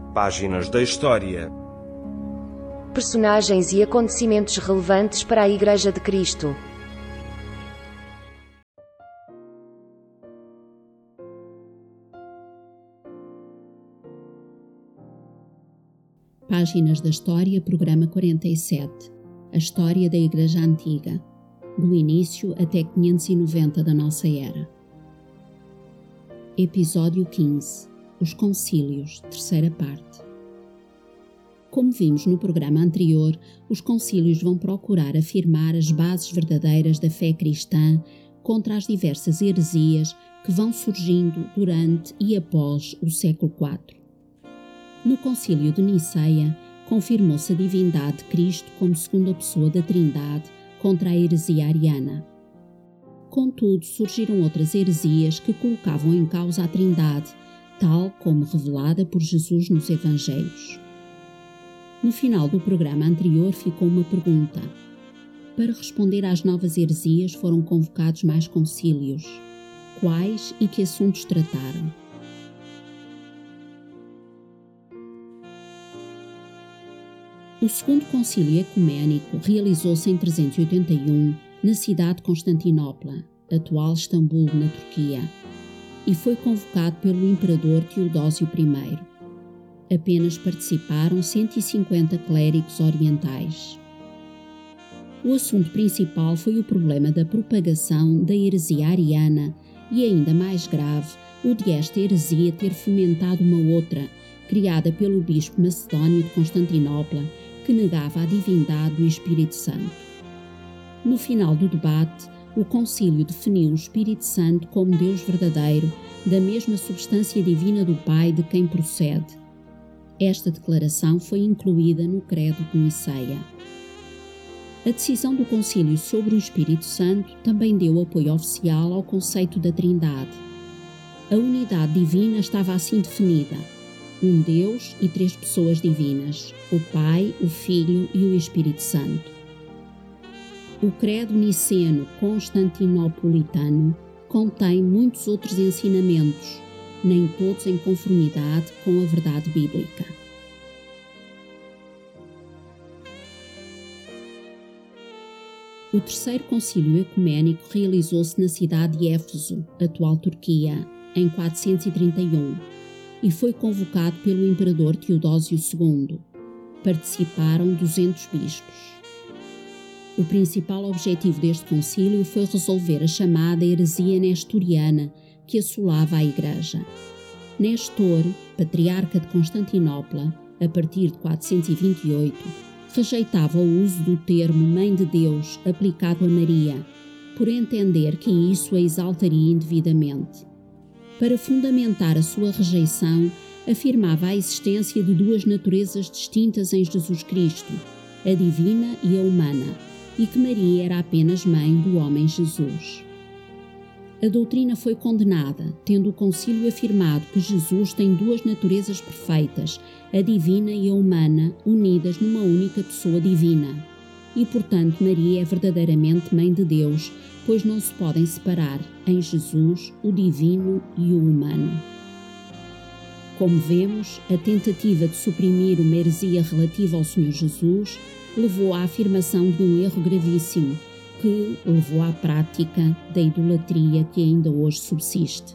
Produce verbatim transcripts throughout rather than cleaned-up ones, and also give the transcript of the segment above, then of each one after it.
Páginas da História. Personagens e acontecimentos relevantes para a Igreja de Cristo. Páginas da História, programa quarenta e sete. A História da Igreja Antiga, do início até quinhentos e noventa da nossa era. Episódio quinze. Os Concílios, terceira parte. Como vimos no programa anterior, os concílios vão procurar afirmar as bases verdadeiras da fé cristã contra as diversas heresias que vão surgindo durante e após o século quatro. No Concílio de Niceia, confirmou-se a divindade de Cristo como segunda pessoa da Trindade contra a heresia ariana. Contudo, surgiram outras heresias que colocavam em causa a Trindade, tal como revelada por Jesus nos Evangelhos. No final do programa anterior ficou uma pergunta. Para responder às novas heresias foram convocados mais concílios. Quais e que assuntos trataram? O segundo concílio ecuménico realizou-se em trezentos e oitenta e um na cidade de Constantinopla, atual Istambul, na Turquia, e foi convocado pelo imperador Teodósio primeiro. Apenas participaram cento e cinquenta clérigos orientais. O assunto principal foi o problema da propagação da heresia ariana e, ainda mais grave, o de esta heresia ter fomentado uma outra, criada pelo bispo macedónio de Constantinopla, que negava a divindade do Espírito Santo. No final do debate, o concílio definiu o Espírito Santo como Deus verdadeiro, da mesma substância divina do Pai de quem procede. Esta declaração foi incluída no Credo de Niceia. A decisão do concílio sobre o Espírito Santo também deu apoio oficial ao conceito da Trindade. A unidade divina estava assim definida: um Deus e três pessoas divinas, o Pai, o Filho e o Espírito Santo. O Credo Niceno-Constantinopolitano contém muitos outros ensinamentos, nem todos em conformidade com a verdade bíblica. O terceiro concílio ecuménico realizou-se na cidade de Éfeso, atual Turquia, em quatrocentos e trinta e um, e foi convocado pelo imperador Teodósio segundo. Participaram duzentos bispos. O principal objetivo deste concílio foi resolver a chamada heresia nestoriana que assolava a Igreja. Nestor, patriarca de Constantinopla, a partir de quatrocentos e vinte e oito, rejeitava o uso do termo Mãe de Deus aplicado a Maria, por entender que isso a exaltaria indevidamente. Para fundamentar a sua rejeição, afirmava a existência de duas naturezas distintas em Jesus Cristo, a divina e a humana, e que Maria era apenas mãe do homem Jesus. A doutrina foi condenada, tendo o concílio afirmado que Jesus tem duas naturezas perfeitas, a divina e a humana, unidas numa única pessoa divina. E, portanto, Maria é verdadeiramente Mãe de Deus, pois não se podem separar em Jesus o divino e o humano. Como vemos, a tentativa de suprimir uma heresia relativa ao Senhor Jesus levou à afirmação de um erro gravíssimo, que levou à prática da idolatria que ainda hoje subsiste.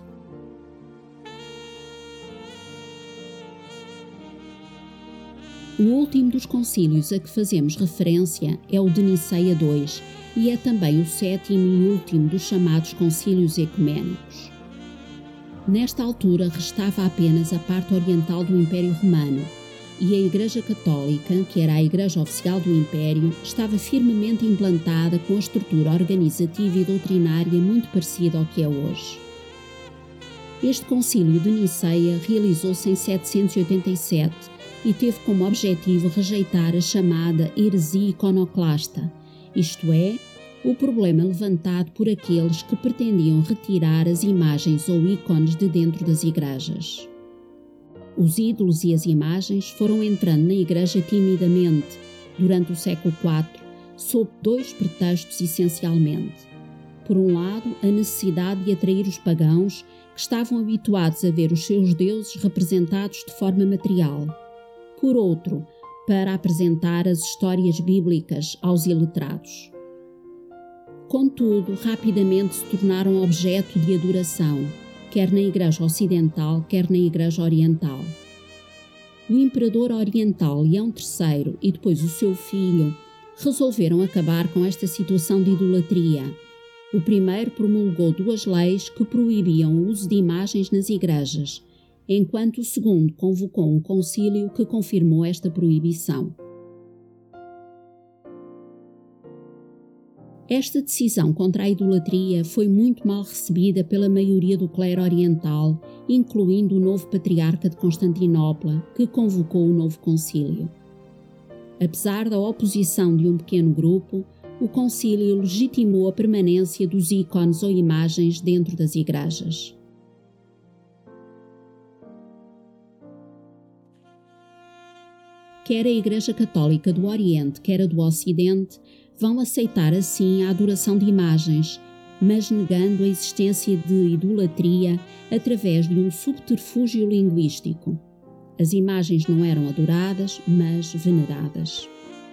O último dos concílios a que fazemos referência é o de Niceia dois e é também o sétimo e último dos chamados concílios ecuménicos. Nesta altura restava apenas a parte oriental do Império Romano, e a Igreja Católica, que era a Igreja oficial do Império, estava firmemente implantada com a estrutura organizativa e doutrinária muito parecida ao que é hoje. Este concílio de Niceia realizou-se em setecentos e oitenta e sete e teve como objetivo rejeitar a chamada heresia iconoclasta, isto é, o problema levantado por aqueles que pretendiam retirar as imagens ou ícones de dentro das igrejas. Os ídolos e as imagens foram entrando na Igreja timidamente, durante o século quatro, sob dois pretextos essencialmente. Por um lado, a necessidade de atrair os pagãos, que estavam habituados a ver os seus deuses representados de forma material, por outro, para apresentar as histórias bíblicas aos iletrados. Contudo, rapidamente se tornaram objeto de adoração, quer na Igreja Ocidental, quer na Igreja Oriental. O imperador oriental Leão terceiro e depois o seu filho resolveram acabar com esta situação de idolatria. O primeiro promulgou duas leis que proibiam o uso de imagens nas igrejas, enquanto o segundo convocou um concílio que confirmou esta proibição. Esta decisão contra a idolatria foi muito mal recebida pela maioria do clero oriental, incluindo o novo patriarca de Constantinopla, que convocou o novo concílio. Apesar da oposição de um pequeno grupo, o concílio legitimou a permanência dos ícones ou imagens dentro das igrejas. Quer a Igreja Católica do Oriente, quer a do Ocidente, vão aceitar assim a adoração de imagens, mas negando a existência de idolatria através de um subterfúgio linguístico. As imagens não eram adoradas, mas veneradas.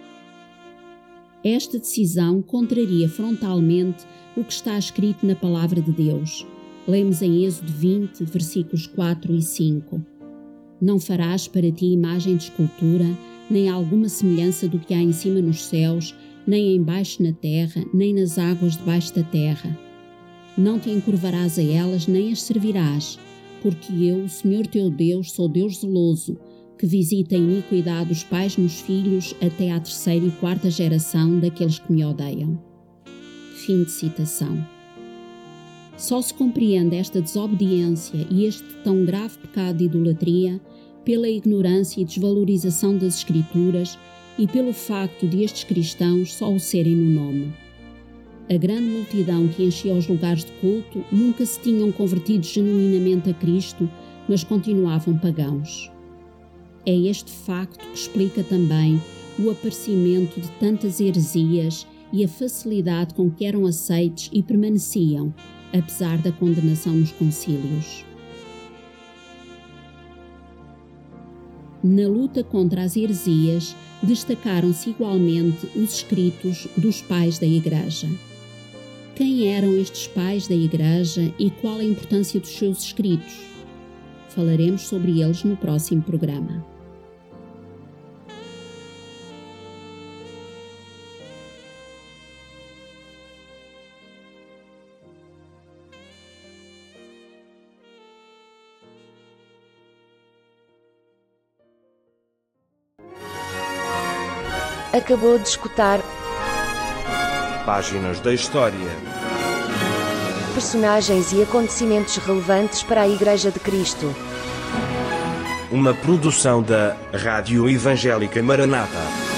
Esta decisão contraria frontalmente o que está escrito na Palavra de Deus. Lemos em Êxodo vinte, versículos quatro e cinco. Não farás para ti imagem de escultura, nem alguma semelhança do que há em cima nos céus, nem embaixo na terra, nem nas águas debaixo da terra. Não te encurvarás a elas, nem as servirás, porque eu, o Senhor teu Deus, sou Deus zeloso, que visita a iniquidade dos pais nos filhos até à terceira e quarta geração daqueles que me odeiam. Fim de citação. Só se compreende esta desobediência e este tão grave pecado de idolatria pela ignorância e desvalorização das Escrituras e pelo facto de estes cristãos só o serem no nome. A grande multidão que enchia os lugares de culto nunca se tinham convertido genuinamente a Cristo, mas continuavam pagãos. É este facto que explica também o aparecimento de tantas heresias e a facilidade com que eram aceites e permaneciam, apesar da condenação nos concílios. Na luta contra as heresias, destacaram-se igualmente os escritos dos pais da Igreja. Quem eram estes pais da Igreja e qual a importância dos seus escritos? Falaremos sobre eles no próximo programa. Acabou de escutar Páginas da História. Personagens e acontecimentos relevantes para a Igreja de Cristo. Uma produção da Rádio Evangélica Maranata.